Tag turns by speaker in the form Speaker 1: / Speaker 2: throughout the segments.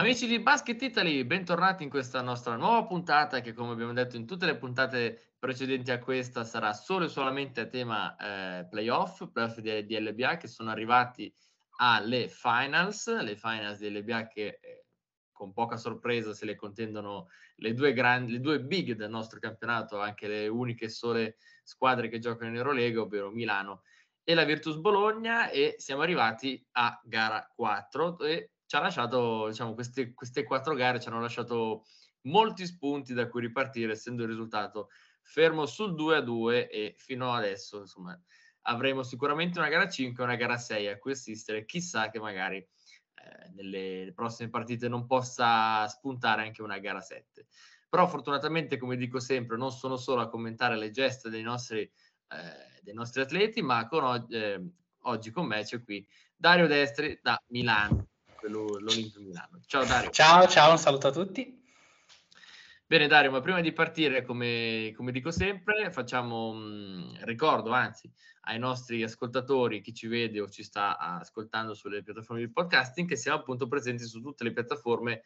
Speaker 1: Amici di Basket Italy, bentornati in questa nostra nuova puntata che, come abbiamo detto in tutte le puntate precedenti a questa, sarà solo e solamente a tema playoff di LBA che sono arrivati alle finals di LBA che con poca sorpresa se le contendono le due big del nostro campionato, anche le uniche sole squadre che giocano in Eurolega, ovvero Milano e la Virtus Bologna, e siamo arrivati a gara 4 e ci ha lasciato, diciamo, queste 4 gare ci hanno lasciato molti spunti da cui ripartire, essendo il risultato fermo sul 2-2 e fino adesso, insomma, avremo sicuramente una gara 5 e una gara 6 a cui assistere. Chissà che magari nelle prossime partite non possa spuntare anche una gara 7. Però fortunatamente, come dico sempre, non sono solo a commentare le gesta dei nostri atleti, ma oggi con me c'è qui Dario Destri da Milano, l'Olimpio Milano. Ciao Dario.
Speaker 2: Ciao, un saluto a tutti.
Speaker 1: Bene Dario, ma prima di partire, come dico sempre, ricordo anzi ai nostri ascoltatori, chi ci vede o ci sta ascoltando sulle piattaforme di podcasting, che siamo appunto presenti su tutte le piattaforme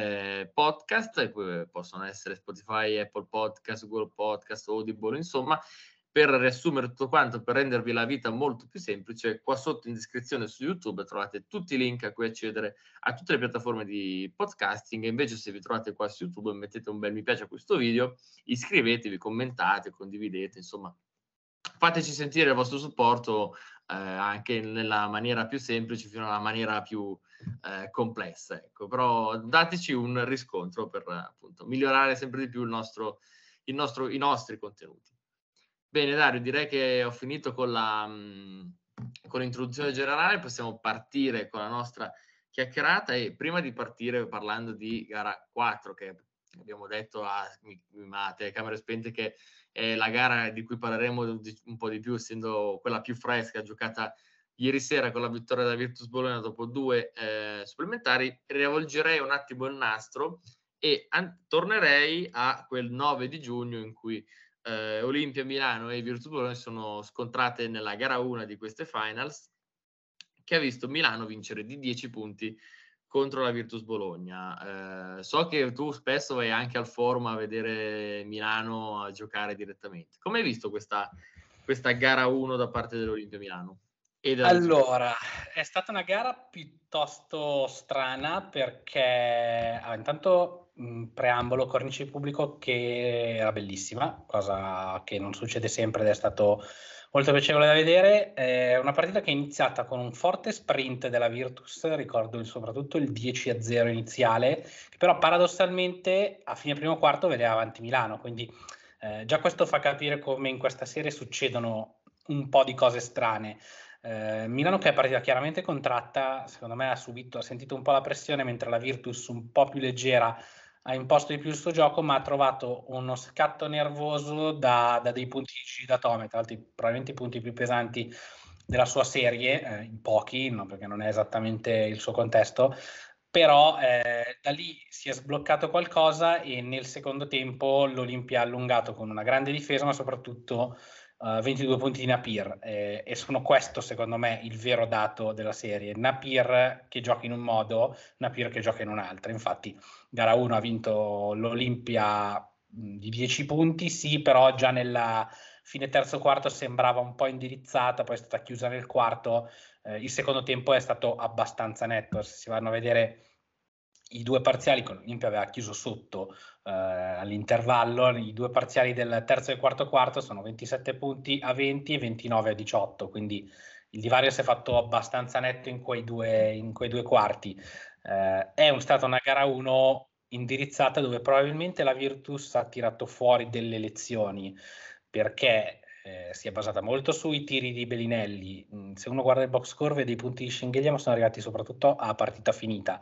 Speaker 1: podcast, possono essere Spotify, Apple Podcast, Google Podcast, Audible, insomma. Per riassumere tutto quanto, per rendervi la vita molto più semplice, qua sotto in descrizione su YouTube trovate tutti i link a cui accedere a tutte le piattaforme di podcasting. E invece, se vi trovate qua su YouTube, mettete un bel mi piace a questo video, iscrivetevi, commentate, condividete, insomma, fateci sentire il vostro supporto anche nella maniera più semplice fino alla maniera più complessa, ecco. Però dateci un riscontro per appunto migliorare sempre di più i nostri contenuti. Bene Dario, direi che ho finito con l'introduzione generale, possiamo partire con la nostra chiacchierata. E prima di partire parlando di gara 4, che abbiamo detto a telecamere spente che è la gara di cui parleremo un po' di più, essendo quella più fresca, giocata ieri sera con la vittoria della Virtus Bologna dopo 2 supplementari, rivolgerei un attimo il nastro e tornerei a quel 9 di giugno in cui Olimpia Milano e Virtus Bologna sono scontrate nella gara 1 di queste finals, che ha visto Milano vincere di 10 punti contro la Virtus Bologna. So che tu spesso vai anche al forum a vedere Milano a giocare direttamente. Come hai visto questa gara 1 da parte dell'Olimpia Milano?
Speaker 2: Allora, è stata una gara piuttosto strana perché intanto preambolo, cornice pubblico che era bellissima, cosa che non succede sempre ed è stato molto piacevole da vedere. È una partita che è iniziata con un forte sprint della Virtus, ricordo soprattutto il 10-0 iniziale, che però paradossalmente a fine primo quarto vedeva avanti Milano, quindi già questo fa capire come in questa serie succedono un po' di cose strane. Milano, che è partita chiaramente contratta, secondo me ha sentito un po' la pressione, mentre la Virtus, un po' più leggera, ha imposto di più il suo gioco, ma ha trovato uno scatto nervoso da dei punti da Tome, tra l'altro probabilmente i punti più pesanti della sua serie, in pochi, no, perché non è esattamente il suo contesto, però da lì si è sbloccato qualcosa e nel secondo tempo l'Olimpia ha allungato con una grande difesa, ma soprattutto 22 punti di Napier, e sono questo secondo me il vero dato della serie. Napier che gioca in un modo, Napier che gioca in un altro. Infatti gara 1 ha vinto l'Olimpia di 10 punti, sì, però già nella fine terzo quarto sembrava un po' indirizzata, poi è stata chiusa nel quarto. Il secondo tempo è stato abbastanza netto, se si vanno a vedere i due parziali, con l'Olimpia aveva chiuso sotto all'intervallo, i due parziali del terzo e quarto quarto sono 27 punti a 20 e 29 a 18, quindi il divario si è fatto abbastanza netto in quei due quarti. È stata una gara 1 indirizzata dove probabilmente la Virtus ha tirato fuori delle lezioni, perché si è basata molto sui tiri di Bellinelli. Se uno guarda il box score vede i punti di Schengelia, ma sono arrivati soprattutto a partita finita.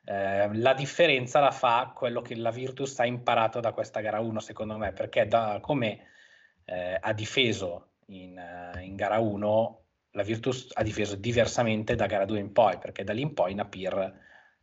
Speaker 2: La differenza la fa quello che la Virtus ha imparato da questa gara 1, secondo me, perché come ha difeso in gara 1, la Virtus ha difeso diversamente da gara 2 in poi, perché da lì in poi Napier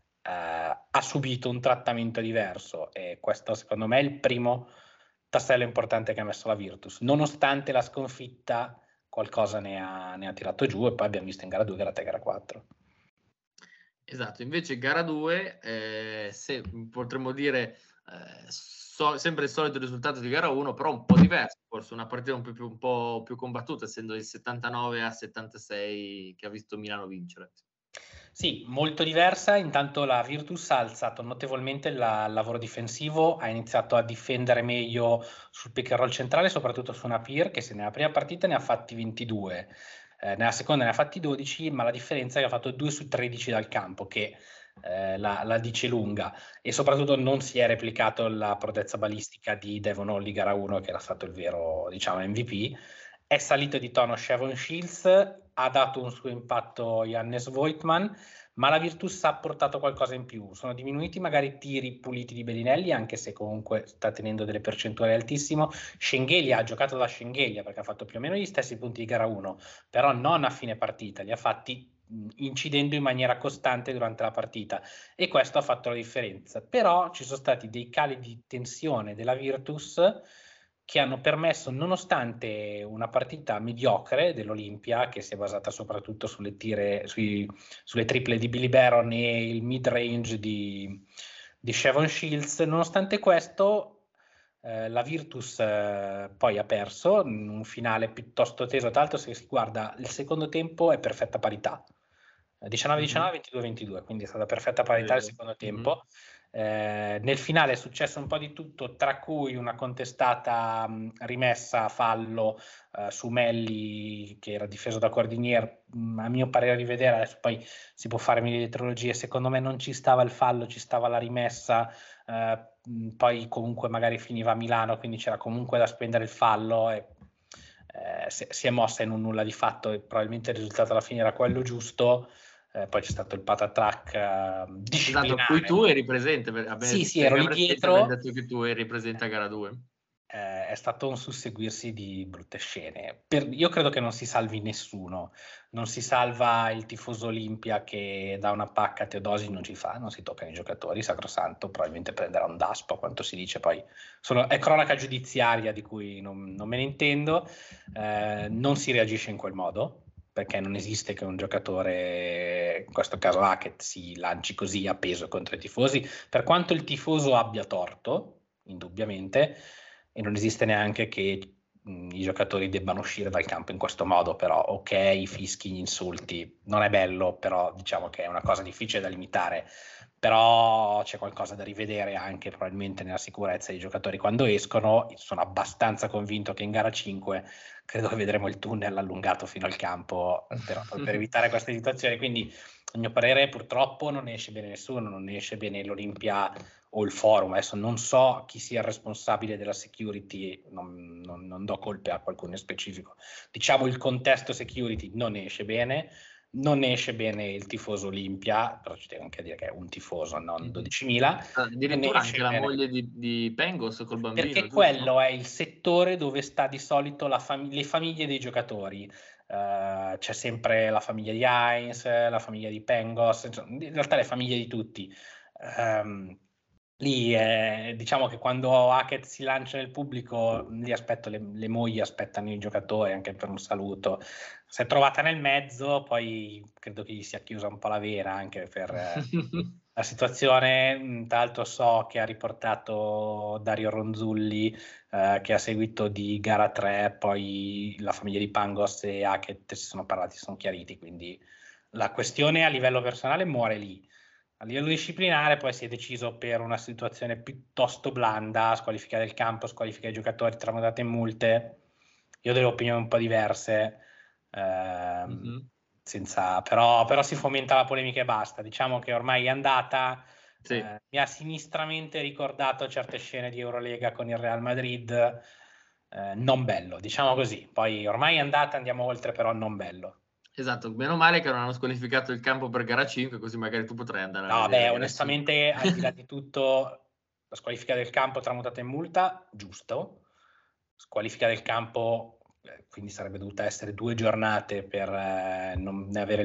Speaker 2: ha subito un trattamento diverso, e questo secondo me è il primo tassello importante che ha messo la Virtus. Nonostante la sconfitta, qualcosa ne ha tirato giù, e poi abbiamo visto in gara 2, gara 3, gara 4.
Speaker 1: Esatto, invece gara 2, se potremmo dire, sempre il solito risultato di gara 1, però un po' diverso, forse una partita un po' più combattuta, essendo il 79-76 che ha visto Milano vincere.
Speaker 2: Sì, molto diversa. Intanto la Virtus ha alzato notevolmente il lavoro difensivo, ha iniziato a difendere meglio sul pick and roll centrale, soprattutto su Napier, che se nella prima partita ne ha fatti 22, nella seconda ne ha fatti 12, ma la differenza è che ha fatto 2 su 13 dal campo, che la dice lunga, e soprattutto non si è replicato la prodezza balistica di Devon Holly gara 1, che era stato il vero, diciamo, MVP. È salito di tono Shavon Shields, ha dato un suo impatto Jannes Voigtman, ma la Virtus ha portato qualcosa in più. Sono diminuiti magari i tiri puliti di Bellinelli, anche se comunque sta tenendo delle percentuali altissime. Schengelia ha giocato da Schengelia perché ha fatto più o meno gli stessi punti di gara 1, però non a fine partita, li ha fatti incidendo in maniera costante durante la partita, e questo ha fatto la differenza. Però ci sono stati dei cali di tensione della Virtus che hanno permesso, nonostante una partita mediocre dell'Olimpia, che si è basata soprattutto sulle triple di Billy Baron e il mid-range di Shavon Shields, nonostante questo la Virtus poi ha perso in un finale piuttosto teso. Tra l'altro, se si guarda il secondo tempo, è perfetta parità, 19-19, 22-22, quindi è stata perfetta parità il secondo tempo. Nel finale è successo un po' di tutto, tra cui una contestata rimessa a fallo su Melli, che era difeso da Cordinier. A mio parere, a rivedere, adesso poi si può fare mille dietrologie, secondo me non ci stava il fallo, ci stava la rimessa, poi comunque magari finiva a Milano, quindi c'era comunque da spendere il fallo, e si è mossa in un nulla di fatto, e probabilmente il risultato alla fine era quello giusto. Poi c'è stato il patatrack disciplinare.
Speaker 1: Esatto, poi tu eri presente,
Speaker 2: Sì, ero lì dietro.
Speaker 1: Abbiamo detto che tu eri presente a gara 2.
Speaker 2: È stato un susseguirsi di brutte scene. Io credo che non si salvi nessuno. Non si salva il tifoso Olimpia che dà una pacca a Teodosi, non ci fa, non si toccano i giocatori, sacrosanto, probabilmente prenderà un daspo, quanto si dice, poi è cronaca giudiziaria di cui non me ne intendo. Non si reagisce in quel modo, perché non esiste che un giocatore, in questo caso Hackett, si lanci così a peso contro i tifosi, per quanto il tifoso abbia torto, indubbiamente, e non esiste neanche che i giocatori debbano uscire dal campo in questo modo. Però ok, i fischi, gli insulti, non è bello, però diciamo che è una cosa difficile da limitare. Però c'è qualcosa da rivedere anche probabilmente nella sicurezza dei giocatori quando escono. Sono abbastanza convinto che in gara 5 credo che vedremo il tunnel allungato fino al campo per evitare queste situazioni. Quindi a mio parere purtroppo non ne esce bene nessuno, non ne esce bene l'Olimpia o il forum. Adesso non so chi sia il responsabile della security, non do colpe a qualcuno in specifico. Diciamo il contesto security non ne esce bene, non ne esce bene il tifoso Olimpia, però ci devo anche dire che è un tifoso, non 12.000.
Speaker 1: Addirittura anche la moglie di Pengos col bambino.
Speaker 2: Perché
Speaker 1: giusto?
Speaker 2: quello è il settore dove sta di solito le famiglie dei giocatori. C'è sempre la famiglia di Heinz, la famiglia di Pengos, insomma, in realtà le famiglie di tutti. Lì diciamo che quando Hackett si lancia nel pubblico, lì le mogli aspettano i giocatori anche per un saluto. Si è trovata nel mezzo, poi credo che gli sia chiusa un po' la vera anche per la situazione. Tra l'altro so che ha riportato Dario Ronzulli, che a seguito di gara 3 poi la famiglia di Pangos e Hackett si sono parlati, si sono chiariti, quindi la questione a livello personale muore lì. A livello disciplinare poi si è deciso, per una situazione piuttosto blanda, squalifica del campo, squalifica i giocatori, tramutate in multe. Io ho delle opinioni un po' diverse, però si fomenta la polemica e basta. Diciamo che ormai è andata.
Speaker 1: Sì.
Speaker 2: Mi ha sinistramente ricordato certe scene di Eurolega con il Real Madrid, non bello, diciamo così. Poi ormai è andata, andiamo oltre, però non bello.
Speaker 1: Esatto, meno male che non hanno squalificato il campo per gara 5, così magari tu potrai andare a
Speaker 2: No,
Speaker 1: vedere
Speaker 2: beh,
Speaker 1: gara
Speaker 2: onestamente, al di là di tutto, la squalifica del campo tramutata in multa, giusto. Squalifica del campo, quindi sarebbe dovuta essere 2 giornate per non avere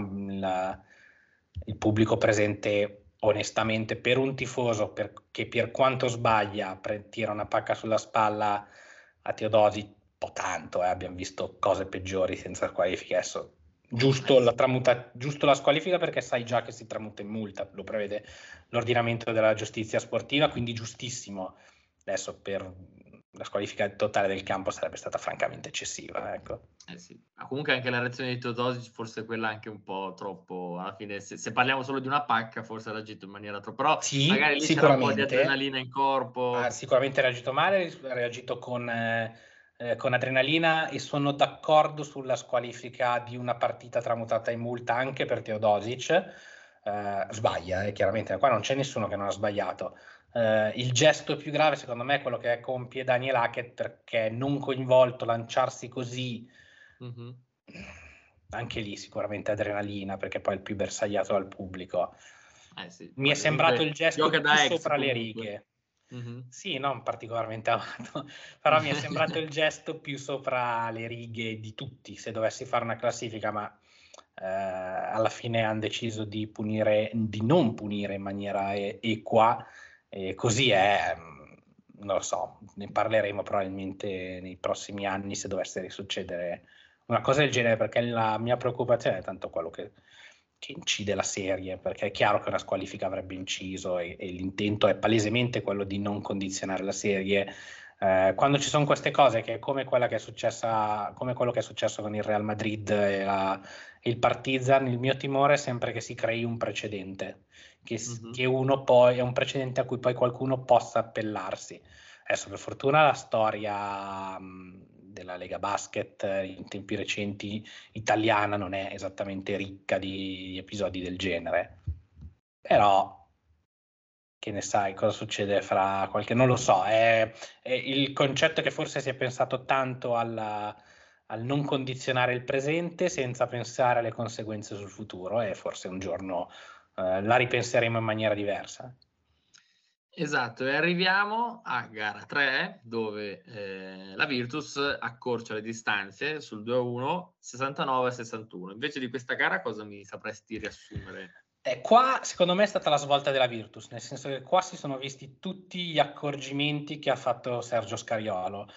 Speaker 2: il pubblico presente. Onestamente, per un tifoso che per quanto sbaglia tira una pacca sulla spalla a Teodosi, un po' tanto, abbiamo visto cose peggiori senza squalifica. Adesso Giusto giusto la squalifica, perché sai già che si tramuta in multa, lo prevede l'ordinamento della giustizia sportiva, quindi giustissimo. Adesso per la squalifica totale del campo sarebbe stata francamente eccessiva, ecco.
Speaker 1: Sì. Ma comunque anche la reazione di Teodosic forse è quella anche un po' troppo, alla fine se parliamo solo di una pacca forse ha reagito in maniera troppo, però
Speaker 2: Sì,
Speaker 1: magari lì c'era un po' di adrenalina in corpo.
Speaker 2: Sicuramente ha reagito male, ha reagito con adrenalina, e sono d'accordo sulla squalifica di una partita tramutata in multa anche per Teodosic. Sbaglia, chiaramente, qua non c'è nessuno che non ha sbagliato. Il gesto più grave secondo me è quello che compie Daniel Hackett, perché non coinvolto, lanciarsi così, anche lì sicuramente adrenalina, perché poi è il più bersagliato dal pubblico.
Speaker 1: Sì,
Speaker 2: Mi è sembrato il gesto più sopra le
Speaker 1: comunque.
Speaker 2: righe. Sì, non particolarmente amato, però mi è sembrato il gesto più sopra le righe di tutti, se dovessi fare una classifica, ma alla fine hanno deciso di non punire in maniera equa, e così è. Non lo so, ne parleremo probabilmente nei prossimi anni se dovesse risuccedere una cosa del genere, perché la mia preoccupazione è tanto quello che incide la serie, perché è chiaro che una squalifica avrebbe inciso, e l'intento è palesemente quello di non condizionare la serie. Quando ci sono queste cose, che è come quello che è successo con il Real Madrid e il Partizan, il mio timore è sempre che si crei un precedente, che uno poi è un precedente a cui poi qualcuno possa appellarsi. Adesso per fortuna la storia della Lega Basket in tempi recenti italiana non è esattamente ricca di episodi del genere, però che ne sai cosa succede fra qualche, non lo so, è il concetto che forse si è pensato tanto al non condizionare il presente senza pensare alle conseguenze sul futuro, e forse un giorno la ripenseremo in maniera diversa.
Speaker 1: Esatto, e arriviamo a gara 3, dove la Virtus accorcia le distanze sul 2-1, 69-61. Invece di questa gara cosa mi sapresti riassumere?
Speaker 2: Qua secondo me è stata la svolta della Virtus, nel senso che qua si sono visti tutti gli accorgimenti che ha fatto Sergio Scariolo.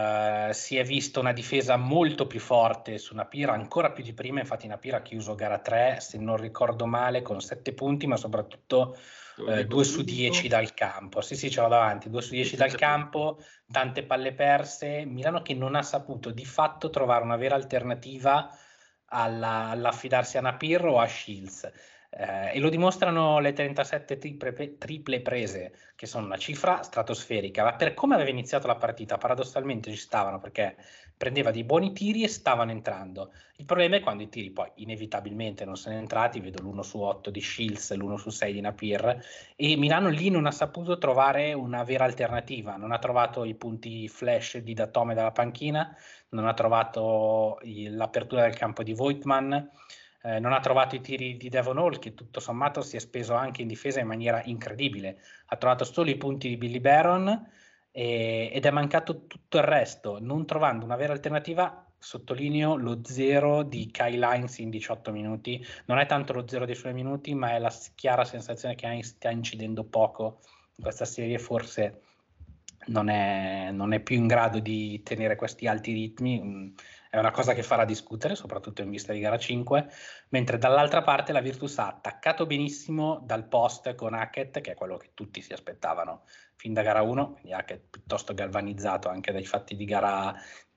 Speaker 2: Si è vista una difesa molto più forte su Napira, ancora più di prima. Infatti Napira ha chiuso gara 3, se non ricordo male, con 7 punti, ma soprattutto 2 su 10 dal campo. Sì, ce l'ho davanti, 2 su 10 dal campo, tante palle perse. Milano che non ha saputo di fatto trovare una vera alternativa all'affidarsi a Napir o a Shields. E lo dimostrano le 37 triple prese, che sono una cifra stratosferica, ma per come aveva iniziato la partita paradossalmente ci stavano, perché prendeva dei buoni tiri e stavano entrando. Il problema è quando i tiri poi inevitabilmente non sono entrati. Vedo l'1 su 8 di Shields, l'1 su 6 di Napir, e Milano lì non ha saputo trovare una vera alternativa, non ha trovato i punti flash di Datome dalla panchina, non ha trovato l'apertura del campo di Voigtman, non ha trovato i tiri di Devon Hall, che tutto sommato si è speso anche in difesa in maniera incredibile. Ha trovato solo i punti di Billy Baron, ed è mancato tutto il resto, non trovando una vera alternativa. Sottolineo lo 0 di Kyle Hines in 18 minuti. Non è tanto lo 0 dei suoi minuti, ma è la chiara sensazione che Hines stia incidendo poco in questa serie. Forse non è più in grado di tenere questi alti ritmi. È una cosa che farà discutere, soprattutto in vista di gara 5, mentre dall'altra parte la Virtus ha attaccato benissimo dal post con Hackett, che è quello che tutti si aspettavano fin da gara 1, quindi Hackett piuttosto galvanizzato anche dai fatti di gara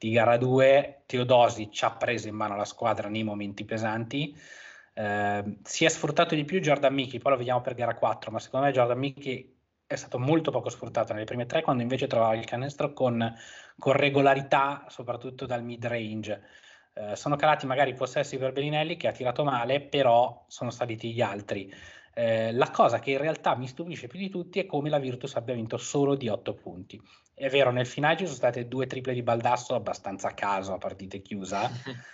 Speaker 2: 2. Teodosic ha preso in mano la squadra nei momenti pesanti. Si è sfruttato di più Jordan Mickey, poi lo vediamo per gara 4, ma secondo me Jordan Mickey è stato molto poco sfruttato nelle prime 3, quando invece trovava il canestro con regolarità, soprattutto dal mid range. Sono calati magari i possessi per Bellinelli, che ha tirato male, però sono saliti gli altri. La cosa che in realtà mi stupisce più di tutti è come la Virtus abbia vinto solo di 8 punti. È vero, nel finale ci sono state 2 triple di Baldasso abbastanza a caso a partita chiusa,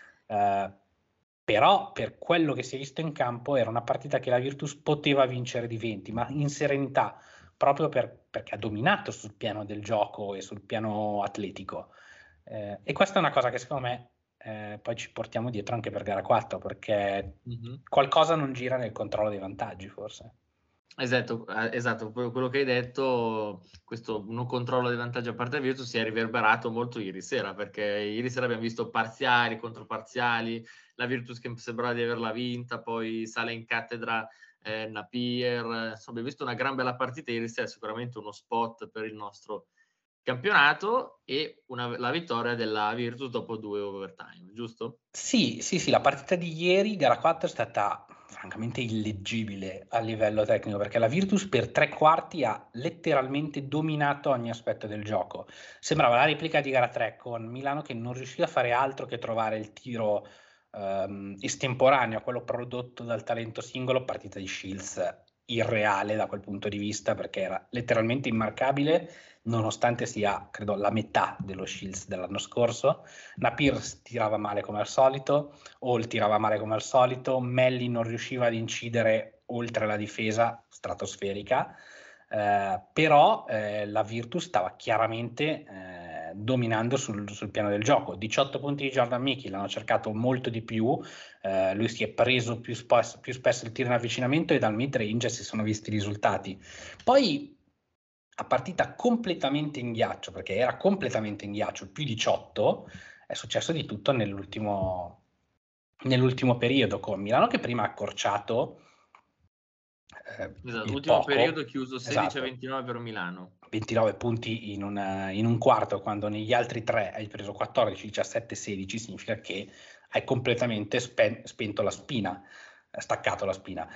Speaker 2: però per quello che si è visto in campo era una partita che la Virtus poteva vincere di 20, ma in serenità, proprio perché ha dominato sul piano del gioco e sul piano atletico. E questa è una cosa che secondo me poi ci portiamo dietro anche per gara 4, perché qualcosa non gira nel controllo dei vantaggi, forse.
Speaker 1: Esatto, quello che hai detto, questo non controllo dei vantaggi a parte Virtus si è riverberato molto ieri sera, perché ieri sera abbiamo visto parziali, controparziali, la Virtus che sembrava di averla vinta, poi sale in cattedra Napier, insomma, abbiamo visto una gran bella partita ieri sera, sicuramente uno spot per il nostro campionato e la vittoria della Virtus dopo 2 overtime, giusto?
Speaker 2: Sì, la partita di ieri, gara 4, è stata francamente illeggibile a livello tecnico, perché la Virtus per 3 quarti ha letteralmente dominato ogni aspetto del gioco. Sembrava la replica di gara 3 con Milano che non riusciva a fare altro che trovare il tiro estemporaneo, quello prodotto dal talento singolo. Partita di Shields irreale da quel punto di vista, perché era letteralmente immarcabile, nonostante sia, credo, la metà dello Shields dell'anno scorso. Napier tirava male come al solito, Hall tirava male come al solito, Melli non riusciva ad incidere oltre la difesa stratosferica, però la Virtus stava chiaramente dominando sul piano del gioco. 18 punti di Jordan Mickey, l'hanno cercato molto di più, lui si è preso più spesso il tiro in avvicinamento e dal mid-range si sono visti i risultati. Poi a partita completamente in ghiaccio, perché era completamente in ghiaccio, più 18, è successo di tutto nell'ultimo periodo, con Milano che prima ha accorciato
Speaker 1: Esatto,
Speaker 2: il
Speaker 1: l'ultimo
Speaker 2: poco,
Speaker 1: periodo chiuso 16 a
Speaker 2: esatto,
Speaker 1: 29 per Milano.
Speaker 2: 29 punti in un quarto, quando negli altri 3 hai preso 14, 17, 16, significa che hai completamente spento la spina, staccato la spina.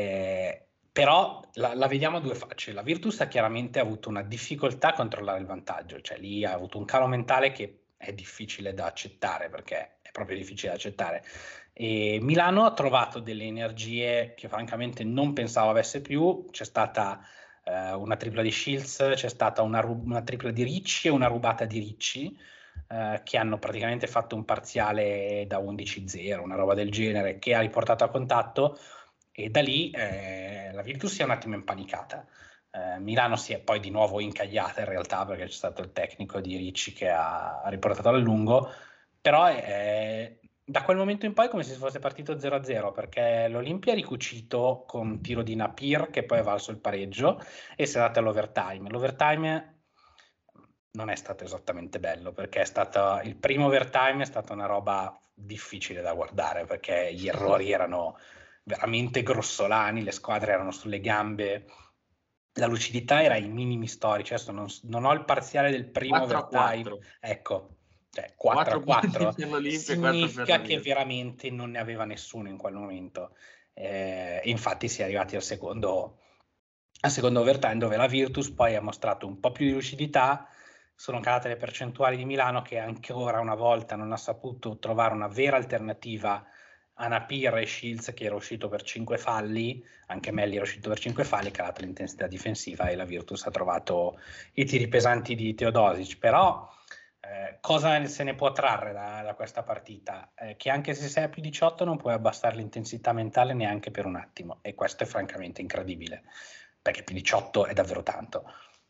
Speaker 2: Però la vediamo a due facce. La Virtus ha chiaramente avuto una difficoltà a controllare il vantaggio, cioè lì ha avuto un calo mentale che è difficile da accettare, perché è proprio difficile da accettare. E Milano ha trovato delle energie che francamente non pensavo avesse più. C'è stata una tripla di Shields, c'è stata una tripla di Ricci e una rubata di Ricci, che hanno praticamente fatto un parziale da 11-0, una roba del genere, che ha riportato a contatto, e da lì la Virtus si è un attimo impanicata. Milano si è poi di nuovo incagliata in realtà, perché c'è stato il tecnico di Ricci che ha riportato a lungo, però da quel momento in poi è come se fosse partito 0-0, perché l'Olimpia ha ricucito con un tiro di Napier che poi ha valso il pareggio e si è andata all'overtime. L'overtime non è stato esattamente bello, perché il primo overtime è stata una roba difficile da guardare, perché gli errori erano veramente grossolani, le squadre erano sulle gambe, la lucidità era ai minimi storici. Adesso non ho il parziale del primo
Speaker 1: 4-4.
Speaker 2: overtime, ecco, cioè
Speaker 1: 4 punti
Speaker 2: 4-4
Speaker 1: per l'Olimpia e 4 per la
Speaker 2: significa che
Speaker 1: Virtus.
Speaker 2: veramente non ne aveva nessuno in quel momento. Infatti si è arrivati al secondo overtime, dove la Virtus poi ha mostrato un po' più di lucidità. Sono calate le percentuali di Milano, che ancora una volta non ha saputo trovare una vera alternativa a Napier e Shields, che era uscito per 5 falli, anche Melli era uscito per 5 falli, è calata l'intensità difensiva e la Virtus ha trovato i tiri pesanti di Teodosic. Però cosa se ne può trarre da questa partita? Che anche se sei a più 18 non puoi abbassare l'intensità mentale neanche per un attimo, e questo è francamente incredibile, perché più 18 è davvero tanto.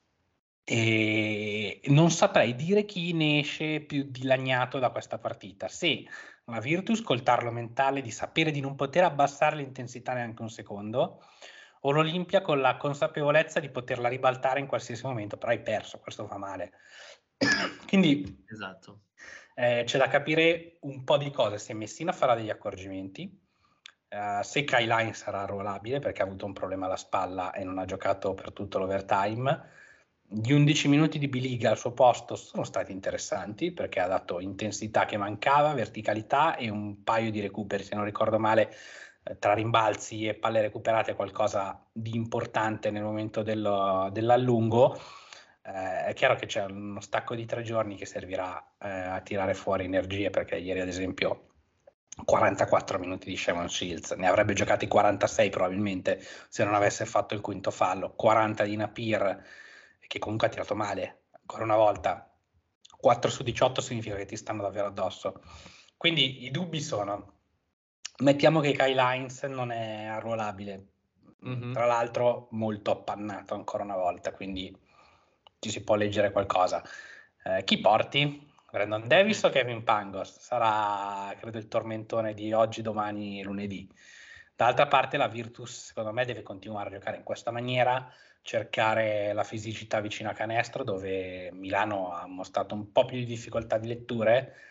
Speaker 2: E non saprei dire chi ne esce più dilaniato da questa partita, se la Virtus col tarlo mentale di sapere di non poter abbassare l'intensità neanche un secondo, o l'Olimpia con la consapevolezza di poterla ribaltare in qualsiasi momento. Però hai perso, questo fa male. Quindi
Speaker 1: Esatto.
Speaker 2: c'è da capire un po' di cose, se Messina farà degli accorgimenti, se Kyle sarà arruolabile perché ha avuto un problema alla spalla e non ha giocato per tutto l'overtime. Gli 11 minuti di Biliga al suo posto sono stati interessanti, perché ha dato intensità che mancava, verticalità e un paio di recuperi, se non ricordo male, tra rimbalzi e palle recuperate, qualcosa di importante nel momento dell'allungo. È chiaro che c'è uno stacco di 3 giorni che servirà a tirare fuori energie, perché ieri ad esempio 44 minuti di Shimon Shields, ne avrebbe giocati 46 probabilmente se non avesse fatto il quinto fallo, 40 di Napier, che comunque ha tirato male, ancora una volta. 4 su 18 significa che ti stanno davvero addosso. Quindi i dubbi sono: mettiamo che Kyle Hines non è arruolabile, tra l'altro molto appannato ancora una volta, quindi ci si può leggere qualcosa. Chi porti? Brandon Davis o Kevin Pangos? Sarà, credo, il tormentone di oggi, domani e lunedì. D'altra parte la Virtus, secondo me, deve continuare a giocare in questa maniera, cercare la fisicità vicino a canestro, dove Milano ha mostrato un po' più di difficoltà di letture,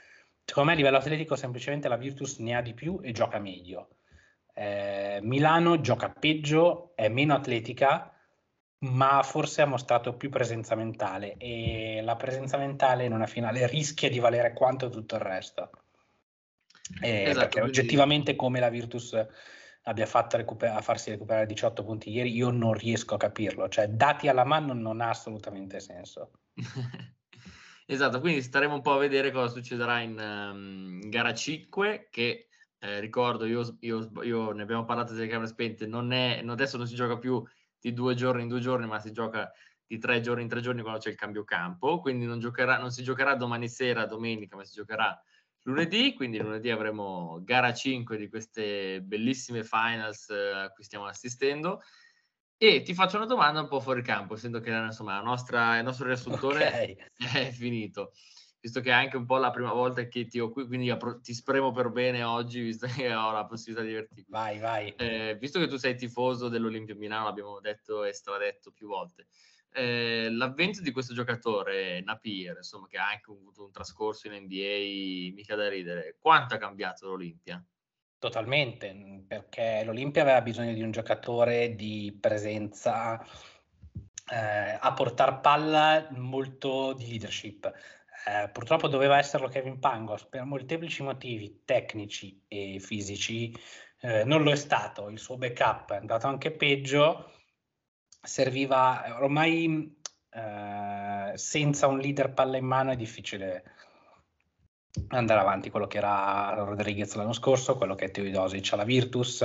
Speaker 2: Secondo me a livello atletico semplicemente la Virtus ne ha di più e gioca meglio. Milano gioca peggio, è meno atletica, ma forse ha mostrato più presenza mentale, e la presenza mentale in una finale rischia di valere quanto tutto il resto.
Speaker 1: Esatto,
Speaker 2: Perché
Speaker 1: quindi
Speaker 2: oggettivamente come la Virtus abbia fatto a farsi recuperare 18 punti ieri, io non riesco a capirlo, cioè dati alla mano non ha assolutamente senso.
Speaker 1: esatto, quindi staremo un po' a vedere cosa succederà in gara 5, che ricordo, io ne abbiamo parlato delle camere spente, adesso non si gioca più di 2 giorni in 2 giorni, ma si gioca di 3 giorni in 3 giorni quando c'è il cambio campo, quindi non si giocherà domani sera, domenica, ma si giocherà lunedì, quindi lunedì avremo gara 5 di queste bellissime finals a cui stiamo assistendo. E ti faccio una domanda un po' fuori campo, essendo che insomma il nostro riassuntore
Speaker 2: Okay.
Speaker 1: è finito, visto che è anche un po' la prima volta che ti ho qui, quindi ti spremo per bene oggi, visto che ho la possibilità di averti qui.
Speaker 2: Vai.
Speaker 1: Visto che tu sei tifoso dell'Olimpia Milano, l'abbiamo detto e stradetto più volte, l'avvento di questo giocatore, Napier, insomma, che ha anche avuto un trascorso in NBA mica da ridere, quanto ha cambiato l'Olimpia?
Speaker 2: Totalmente, perché l'Olimpia aveva bisogno di un giocatore di presenza, a portar palla, molto di leadership. Purtroppo doveva esserlo Kevin Pangos, per molteplici motivi tecnici e fisici, non lo è stato. Il suo backup è andato anche peggio, serviva ormai, senza un leader palla in mano è difficile andare avanti. Quello che era Rodriguez l'anno scorso, quello che è Teodosic alla Virtus,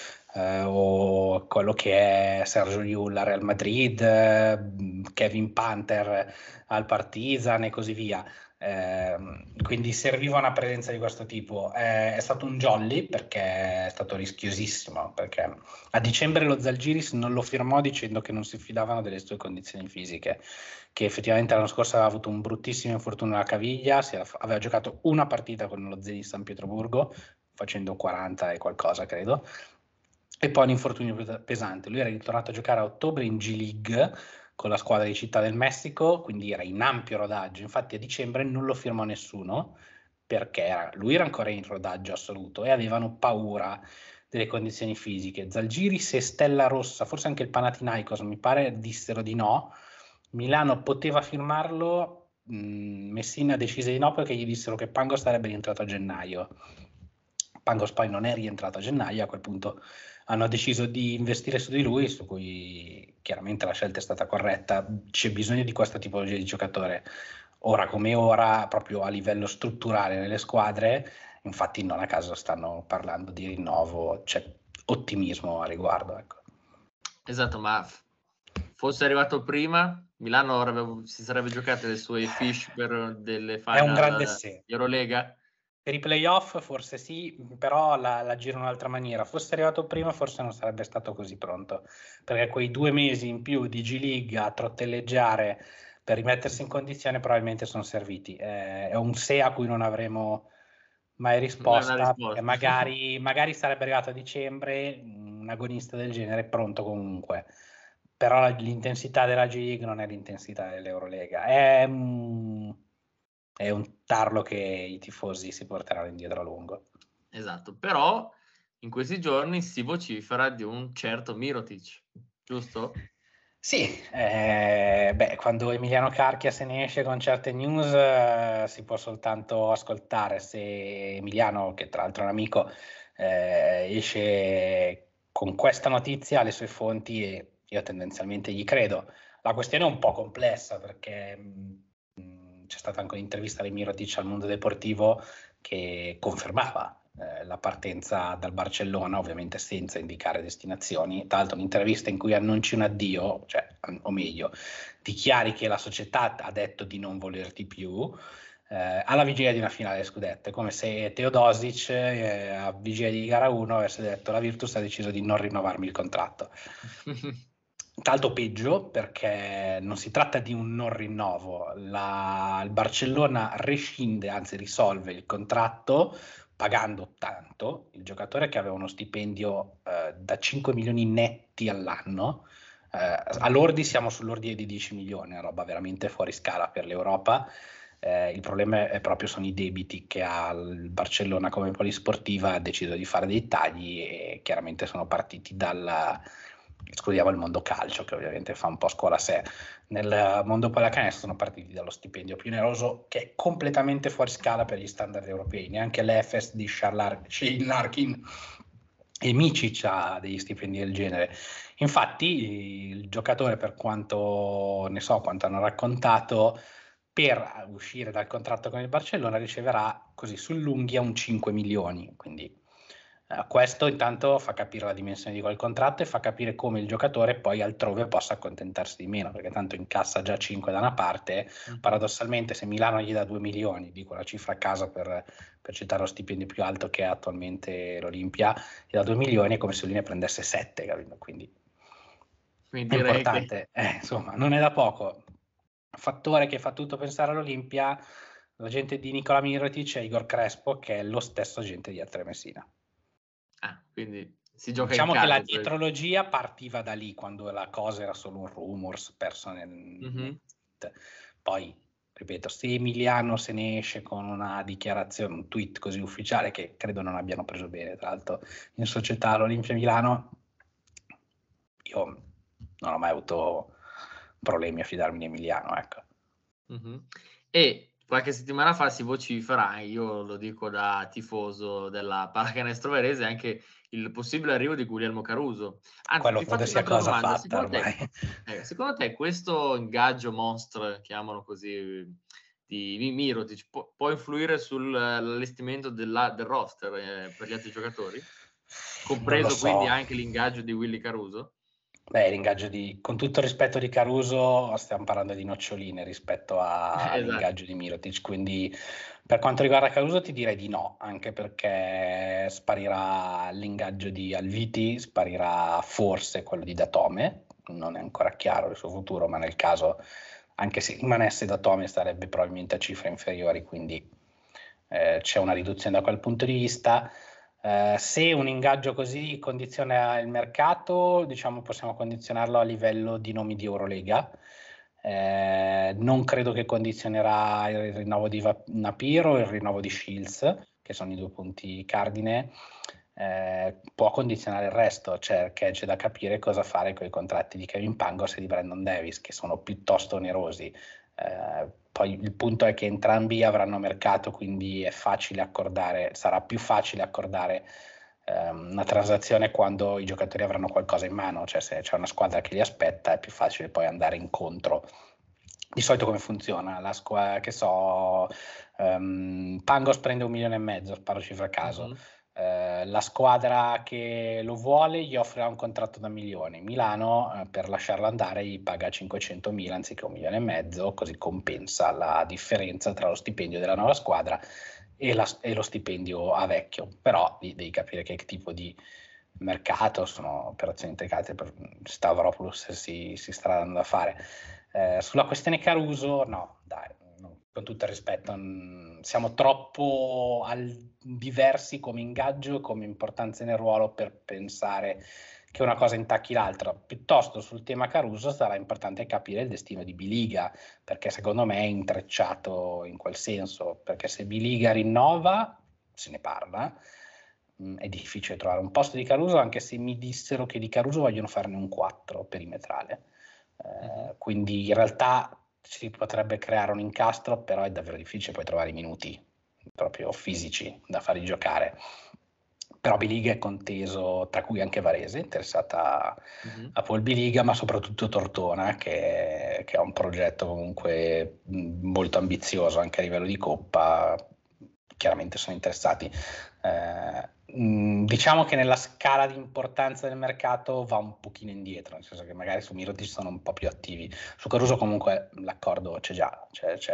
Speaker 2: o quello che è Sergio Llull al Real Madrid, Kevin Panther al Partizan e così via. Quindi serviva una presenza di questo tipo. È stato un jolly perché è stato rischiosissimo, perché a dicembre lo Zalgiris non lo firmò dicendo che non si fidavano delle sue condizioni fisiche, che effettivamente l'anno scorso aveva avuto un bruttissimo infortunio alla caviglia, aveva giocato una partita con lo Zenit San Pietroburgo, facendo 40 e qualcosa credo, e poi un infortunio pesante. Lui era ritornato a giocare a ottobre in G League con la squadra di Città del Messico, quindi era in ampio rodaggio. Infatti a dicembre non lo firmò nessuno, perché lui era ancora in rodaggio assoluto e avevano paura delle condizioni fisiche. Zalgiris e Stella Rossa, forse anche il Panathinaikos, mi pare, dissero di no. Milano poteva firmarlo, Messina decise di no perché gli dissero che Pangos sarebbe rientrato a gennaio. Pangos poi non è rientrato a gennaio, a quel punto hanno deciso di investire su di lui, su cui chiaramente la scelta è stata corretta. C'è bisogno di questa tipologia di giocatore ora come ora, proprio a livello strutturale nelle squadre. Infatti non a caso stanno parlando di rinnovo, c'è ottimismo a riguardo, ecco.
Speaker 1: Esatto, ma fosse arrivato prima, Milano si sarebbe giocate le sue fish per delle
Speaker 2: È un grande
Speaker 1: final
Speaker 2: se.
Speaker 1: Eurolega?
Speaker 2: Per i playoff forse sì, però la giro in un'altra maniera. Fosse arrivato prima forse non sarebbe stato così pronto, perché quei 2 mesi in più di G League a trottelleggiare per rimettersi in condizione probabilmente sono serviti. È un se a cui non avremo mai
Speaker 1: Non è una
Speaker 2: risposta, perché
Speaker 1: risposta.
Speaker 2: magari sarebbe arrivato a dicembre un agonista del genere pronto comunque, però l'intensità della G League non è l'intensità dell'Eurolega. È un tarlo che i tifosi si porteranno indietro a lungo.
Speaker 1: Esatto, però in questi giorni si vocifera di un certo Mirotic, giusto?
Speaker 2: Sì, quando Emiliano Carchia se ne esce con certe news, si può soltanto ascoltare. Se Emiliano, che tra l'altro è un amico, esce con questa notizia, le sue fonti, e io tendenzialmente gli credo. La questione è un po' complessa perché c'è stata anche un'intervista di Mirotic al Mondo Deportivo che confermava la partenza dal Barcellona, ovviamente senza indicare destinazioni. Tra l'altro un'intervista in cui annunci un addio, cioè, o meglio, dichiari che la società ha detto di non volerti più, alla vigilia di una finale scudetto. È come se Teodosic a vigilia di gara 1 avesse detto: la Virtus ha deciso di non rinnovarmi il contratto. Tanto peggio, perché non si tratta di un non rinnovo. Il Barcellona rescinde, anzi risolve il contratto pagando tanto il giocatore, che aveva uno stipendio da 5 milioni netti all'anno. A lordi siamo sull'ordine di 10 milioni, una roba veramente fuori scala per l'Europa. Il problema è proprio sono i debiti che ha il Barcellona come polisportiva, ha deciso di fare dei tagli e chiaramente sono partiti escludiamo il mondo calcio, che ovviamente fa un po' scuola a sé. Nel mondo pallacanestro sono partiti dallo stipendio più oneroso, che è completamente fuori scala per gli standard europei. Neanche l'Efes di Shane Larkin e Micic ha degli stipendi del genere. Infatti il giocatore, per quanto ne so, quanto hanno raccontato, per uscire dal contratto con il Barcellona riceverà così sull'unghia un 5 milioni, quindi questo intanto fa capire la dimensione di quel contratto e fa capire come il giocatore poi altrove possa accontentarsi di meno, perché tanto incassa già 5 da una parte. Paradossalmente, se Milano gli dà 2 milioni, dico la cifra a caso per citare lo stipendio più alto che ha attualmente l'Olimpia, gli dà 2 milioni, è come se lui ne prendesse 7, capito? Quindi è importante, insomma, non è da poco. Fattore che fa tutto pensare all'Olimpia, l'agente di Nicola Mirotic è Igor Crespo, che è lo stesso agente di Ertre Messina.
Speaker 1: Quindi si gioca
Speaker 2: diciamo
Speaker 1: in
Speaker 2: che
Speaker 1: casa,
Speaker 2: la dietrologia partiva da lì, quando la cosa era solo un rumors perso nel poi, ripeto, se Emiliano se ne esce con una dichiarazione, un tweet così ufficiale, che credo non abbiano preso bene, tra l'altro in società all'Olimpia Milano, io non ho mai avuto problemi a fidarmi di Emiliano, ecco.
Speaker 1: E qualche settimana fa si vocifera, io lo dico da tifoso della pallacanestro Varese, anche il possibile arrivo di Guglielmo Caruso. Anzi,
Speaker 2: quello
Speaker 1: ti
Speaker 2: credo
Speaker 1: faccio
Speaker 2: sia
Speaker 1: un'altra
Speaker 2: cosa
Speaker 1: domanda:
Speaker 2: fatta ormai.
Speaker 1: secondo te questo ingaggio monstre, chiamano così, di Mirotic può influire sull'allestimento del roster per gli altri giocatori? Compreso quindi anche l'ingaggio di Willy Caruso?
Speaker 2: Beh, l'ingaggio con tutto il rispetto di Caruso, stiamo parlando di noccioline rispetto all'ingaggio di Mirotic, quindi per quanto riguarda Caruso ti direi di no, anche perché sparirà l'ingaggio di Alviti, sparirà forse quello di Datome, non è ancora chiaro il suo futuro, ma nel caso, anche se rimanesse Datome, sarebbe probabilmente a cifre inferiori, quindi c'è una riduzione da quel punto di vista. Se un ingaggio così condiziona il mercato, diciamo possiamo condizionarlo a livello di nomi di Eurolega. Non credo che condizionerà il rinnovo di Napier o il rinnovo di Shields, che sono i due punti cardine. Può condizionare il resto, cioè che c'è da capire cosa fare con i contratti di Kevin Pangos e di Brandon Davis, che sono piuttosto onerosi. Poi il punto è che entrambi avranno mercato, quindi è facile accordare, sarà più facile accordare una transazione quando i giocatori avranno qualcosa in mano, cioè se c'è una squadra che li aspetta è più facile poi andare incontro. Di solito come funziona? La squadra, che so, Pangos prende 1,5 milioni, sparo cifra a caso. La squadra che lo vuole gli offre un contratto da 1 milione. Milano per lasciarlo andare gli paga 500.000 anziché 1,5 milioni, così compensa la differenza tra lo stipendio della nuova squadra e lo stipendio a vecchio. Però devi capire che tipo di mercato, sono operazioni intricate, per Stavropoulos si starà andando a fare. Sulla questione Caruso, no, dai, con tutto il rispetto, siamo troppo diversi come ingaggio, come importanza nel ruolo per pensare che una cosa intacchi l'altra. Piuttosto sul tema Caruso sarà importante capire il destino di Biliga, perché secondo me è intrecciato in quel senso, perché se Biliga rinnova, se ne parla, è difficile trovare un posto di Caruso, anche se mi dissero che di Caruso vogliono farne un 4 perimetrale. Quindi in realtà si potrebbe creare un incastro, però è davvero difficile poi trovare i minuti proprio fisici da farli giocare. Però Biliga è conteso, tra cui anche Varese, interessata a Paul Biliga, ma soprattutto Tortona, che ha un progetto comunque molto ambizioso anche a livello di Coppa. Chiaramente sono interessati. Diciamo che nella scala di importanza del mercato va un pochino indietro, nel senso che magari su Mirotic sono un po' più attivi. Su Caruso comunque l'accordo c'è già,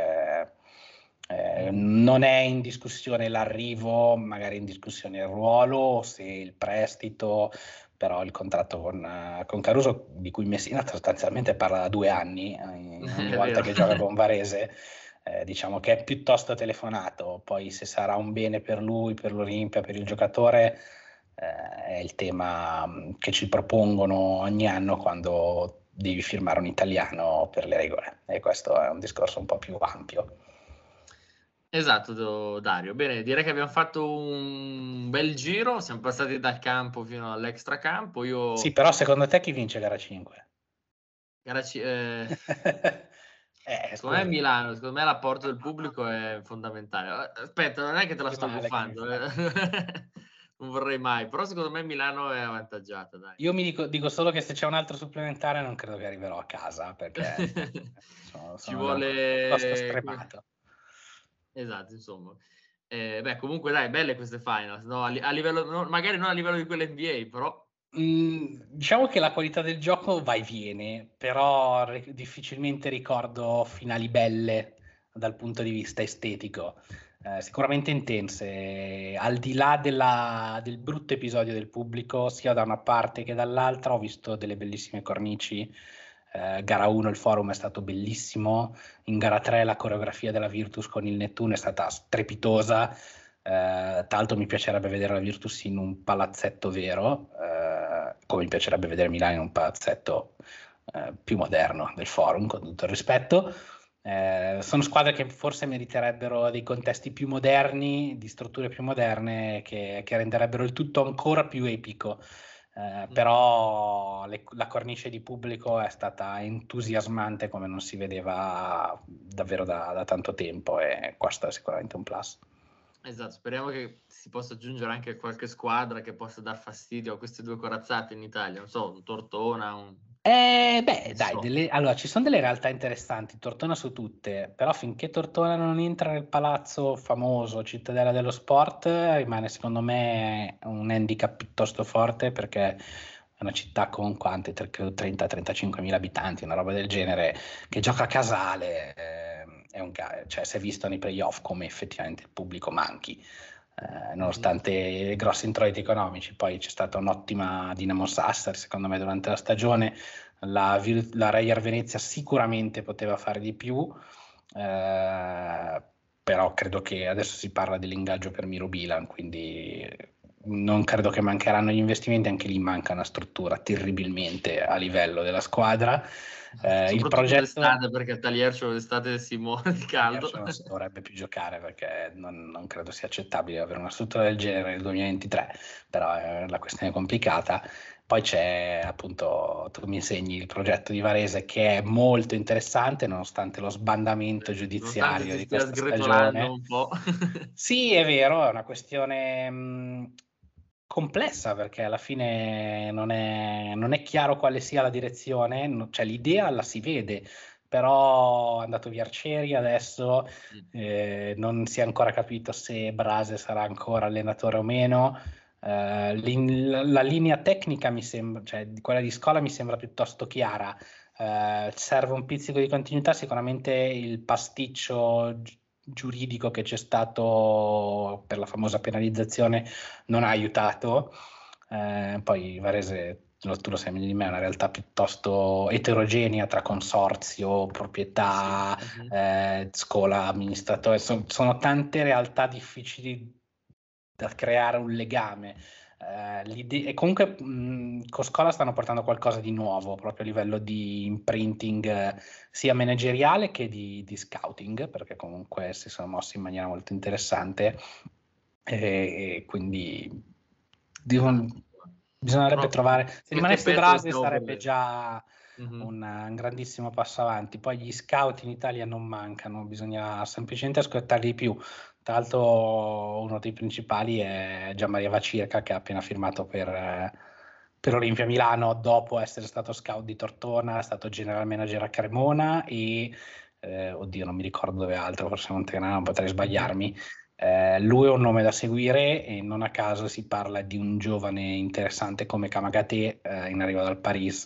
Speaker 2: non è in discussione l'arrivo, magari in discussione il ruolo, se il prestito, però il contratto con Caruso, di cui Messina sostanzialmente parla da 2 anni, ogni volta che gioca con Varese, diciamo che è piuttosto telefonato. Poi se sarà un bene per lui, per l'Olimpia, per il giocatore, è il tema che ci propongono ogni anno quando devi firmare un italiano per le regole, e questo è un discorso un po' più ampio.
Speaker 1: Esatto, Dario. Bene, direi che abbiamo fatto un bel giro, siamo passati dal campo fino all'extracampo.
Speaker 2: Sì,
Speaker 1: Io
Speaker 2: però secondo te chi vince gara 5?
Speaker 1: gara ci secondo me
Speaker 2: Scusa,
Speaker 1: Milano, secondo me l'apporto del pubblico è fondamentale. Aspetta, non è che te la
Speaker 2: che
Speaker 1: sto
Speaker 2: male che mi
Speaker 1: buffando,
Speaker 2: fai.
Speaker 1: non vorrei mai, però secondo me Milano è avvantaggiata, dai.
Speaker 2: Io dico solo che se c'è un altro supplementare non credo che arriverò a casa perché
Speaker 1: Ci
Speaker 2: sono già un po' piuttosto
Speaker 1: vuole
Speaker 2: stremato.
Speaker 1: esatto, insomma. Beh, comunque dai, belle queste finals, no, a livello magari non a livello di quelle NBA, però
Speaker 2: Diciamo che la qualità del gioco va e viene, però difficilmente ricordo finali belle dal punto di vista estetico. Sicuramente intense, al di là del brutto episodio del pubblico, sia da una parte che dall'altra, ho visto delle bellissime cornici. Gara 1 il forum è stato bellissimo, in gara 3 la coreografia della Virtus con il Nettuno è stata strepitosa. Tra l'altro mi piacerebbe vedere la Virtus in un palazzetto vero, come mi piacerebbe vedere Milano in un palazzetto più moderno del forum, con tutto il rispetto. Sono squadre che forse meriterebbero dei contesti più moderni, di strutture più moderne, che renderebbero il tutto ancora più epico. Però la cornice di pubblico è stata entusiasmante come non si vedeva davvero da tanto tempo, e questo è sicuramente un plus.
Speaker 1: esatto, speriamo che si possa aggiungere anche qualche squadra che possa dar fastidio a queste due corazzate in Italia, non so, un Tortona,
Speaker 2: Beh,
Speaker 1: non
Speaker 2: dai,
Speaker 1: so.
Speaker 2: allora ci sono delle realtà interessanti, Tortona su tutte, però finché Tortona non entra nel palazzo famoso Cittadella dello Sport, rimane secondo me un handicap piuttosto forte, perché è una città con quanti, credo 30-35 mila abitanti, una roba del genere, che gioca a casale, cioè si è visto nei playoff come effettivamente il pubblico manchi. Nonostante i grossi introiti economici. Poi c'è stata un'ottima Dinamo Sassari, secondo me, durante la stagione. La Reyer Venezia sicuramente poteva fare di più, però credo che adesso si parla dell'ingaggio per Miro Bilan, quindi non credo che mancheranno gli investimenti. Anche lì manca una struttura terribilmente a livello della squadra. Il
Speaker 1: Soprattutto
Speaker 2: progetto
Speaker 1: d'estate, perché a Taliercio d'estate si muore di caldo.
Speaker 2: non si dovrebbe più giocare, perché non credo sia accettabile avere una struttura del genere nel 2023, però è la questione è complicata. Poi c'è appunto, tu mi insegni il progetto di Varese, che è molto interessante nonostante lo sbandamento
Speaker 1: Nonostante
Speaker 2: giudiziario
Speaker 1: si
Speaker 2: di
Speaker 1: stia
Speaker 2: questa
Speaker 1: sgretolando
Speaker 2: stagione.
Speaker 1: un po'.
Speaker 2: Sì, è vero, è una questione complessa, perché alla fine non è chiaro quale sia la direzione, cioè l'idea la si vede, però è andato via Arcieri adesso, non si è ancora capito se Brase sarà ancora allenatore o meno. La linea tecnica mi sembra, cioè quella di Scola mi sembra piuttosto chiara. Serve un pizzico di continuità, sicuramente il pasticcio giuridico che c'è stato per la famosa penalizzazione non ha aiutato. Poi Varese, tu lo sai meglio di me, è una realtà piuttosto eterogenea tra consorzio,
Speaker 1: Sì.
Speaker 2: proprietà, scuola, amministratore. Sono tante realtà difficili da creare un legame. E comunque con Scola stanno portando qualcosa di nuovo proprio a livello di imprinting, sia manageriale che di scouting, perché comunque si sono mossi in maniera molto interessante, e quindi
Speaker 1: Esatto.
Speaker 2: bisognerebbe
Speaker 1: No,
Speaker 2: trovare, se
Speaker 1: questo
Speaker 2: rimanesse
Speaker 1: pezzo lo
Speaker 2: Brase
Speaker 1: stiamo per
Speaker 2: sarebbe
Speaker 1: vedere.
Speaker 2: già
Speaker 1: Mh-mh.
Speaker 2: un grandissimo passo avanti. Poi gli scout in Italia non mancano, bisogna semplicemente aspettarli di più. Tra l'altro uno dei principali è Gianmaria Vacirca, che ha appena firmato per Olimpia Milano dopo essere stato scout di Tortona, è stato general manager a Cremona e oddio, non mi ricordo dove altro, forse Montegrano, potrei sbagliarmi. Lui è un nome da seguire, e non a caso si parla di un giovane interessante come Kamagate, in arrivo dal Paris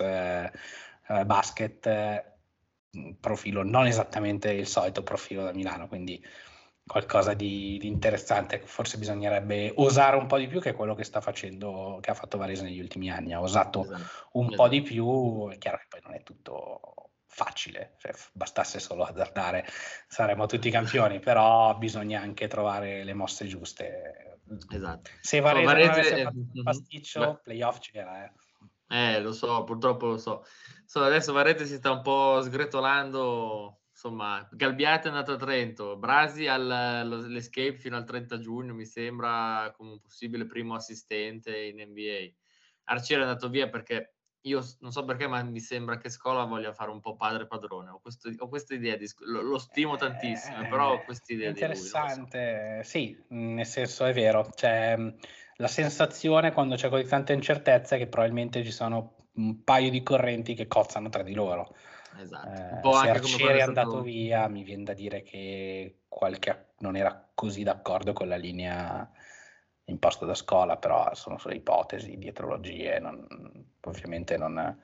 Speaker 2: Basket, profilo non esattamente il solito profilo da Milano, quindi qualcosa di interessante. Forse bisognerebbe osare un po' di più, che è quello che sta facendo, che ha fatto Varese negli ultimi anni. Ha osato
Speaker 1: Esatto,
Speaker 2: un po' di
Speaker 1: esatto.
Speaker 2: più. È chiaro che poi non è tutto facile, cioè, bastasse solo azzardare saremmo tutti campioni, però bisogna anche trovare le mosse giuste.
Speaker 1: Esatto.
Speaker 2: Se
Speaker 1: No,
Speaker 2: Varese non
Speaker 1: Varese
Speaker 2: avesse fatto il
Speaker 1: mh-mh.
Speaker 2: pasticcio, playoff c'era.
Speaker 1: Lo so, purtroppo lo so. So, adesso Varese si sta un po' sgretolando, insomma, Galbiati è andato a Trento, Brasi all'Escape fino al 30 giugno, mi sembra, come un possibile primo assistente in NBA. Arcieri è andato via perché io non so perché, ma mi sembra che Scola voglia fare un po' padre padrone. Ho questa idea, lo stimo tantissimo, però ho questa
Speaker 2: È
Speaker 1: idea di lui, non lo so.
Speaker 2: interessante, sì, nel senso è vero, cioè, la sensazione quando c'è così tanta incertezza è che probabilmente ci sono un paio di correnti che cozzano tra di loro.
Speaker 1: Esatto, un po'
Speaker 2: Se
Speaker 1: anche come quando
Speaker 2: Arcieri
Speaker 1: è
Speaker 2: è andato
Speaker 1: stato...
Speaker 2: via, mi viene da dire che qualche non era così d'accordo con la linea imposta da Scola, però sono solo ipotesi, dietrologie, ovviamente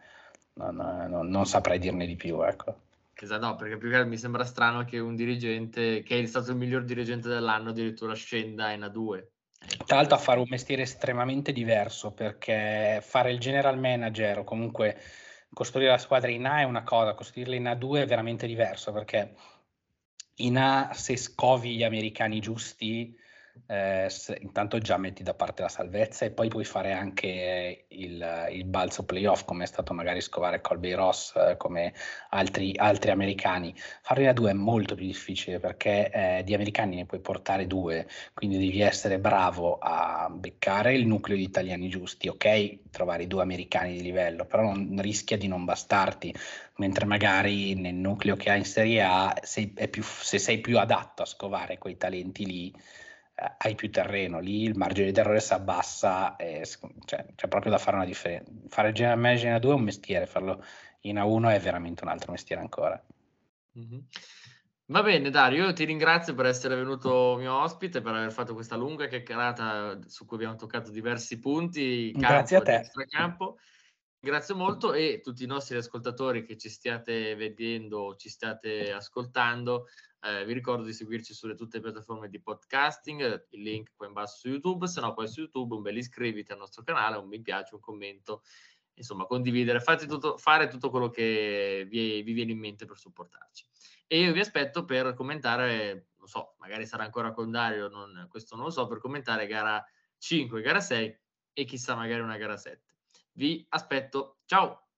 Speaker 2: non saprei dirne di più, ecco.
Speaker 1: Esatto, no, perché più che altro mi sembra strano che un dirigente, che è stato il miglior dirigente dell'anno, addirittura scenda in A2.
Speaker 2: Tra l'altro a fare un mestiere estremamente diverso, perché fare il general manager o comunque costruire la squadra in A è una cosa, costruirla in A2 è veramente diverso, perché in A se scovi gli americani giusti, intanto già metti da parte la salvezza e poi puoi fare anche il balzo playoff, come è stato magari scovare Colby Ross, come altri americani. Farlo in A2 è molto più difficile perché di americani ne puoi portare 2, quindi devi essere bravo a beccare il nucleo di italiani giusti, ok, trovare i 2 americani di livello, però rischia di non bastarti, mentre magari nel nucleo che hai in Serie A se sei più adatto a scovare quei talenti lì, hai più terreno, lì il margine di errore si abbassa, cioè, c'è proprio da fare una differenza. Fare il general manager in A2 è un mestiere, farlo in A1 è veramente un altro mestiere ancora.
Speaker 1: Mm-hmm. Va bene Dario, io ti ringrazio per essere venuto mio ospite, per aver fatto questa lunga chiacchierata su cui abbiamo toccato diversi punti,
Speaker 2: Grazie a
Speaker 1: campo ed
Speaker 2: te.
Speaker 1: extracampo. Grazie molto, e tutti i nostri ascoltatori che ci stiate vedendo, ci state ascoltando, vi ricordo di seguirci sulle tutte le piattaforme di podcasting, il link qua in basso su YouTube, se no poi su YouTube un bel iscriviti al nostro canale, un mi piace, un commento, insomma condividere, fare tutto quello che vi viene in mente per supportarci. E io vi aspetto per commentare, non so, magari sarà ancora con Dario, questo non lo so, per commentare gara 5, gara 6 e chissà magari una gara 7. Vi aspetto, ciao!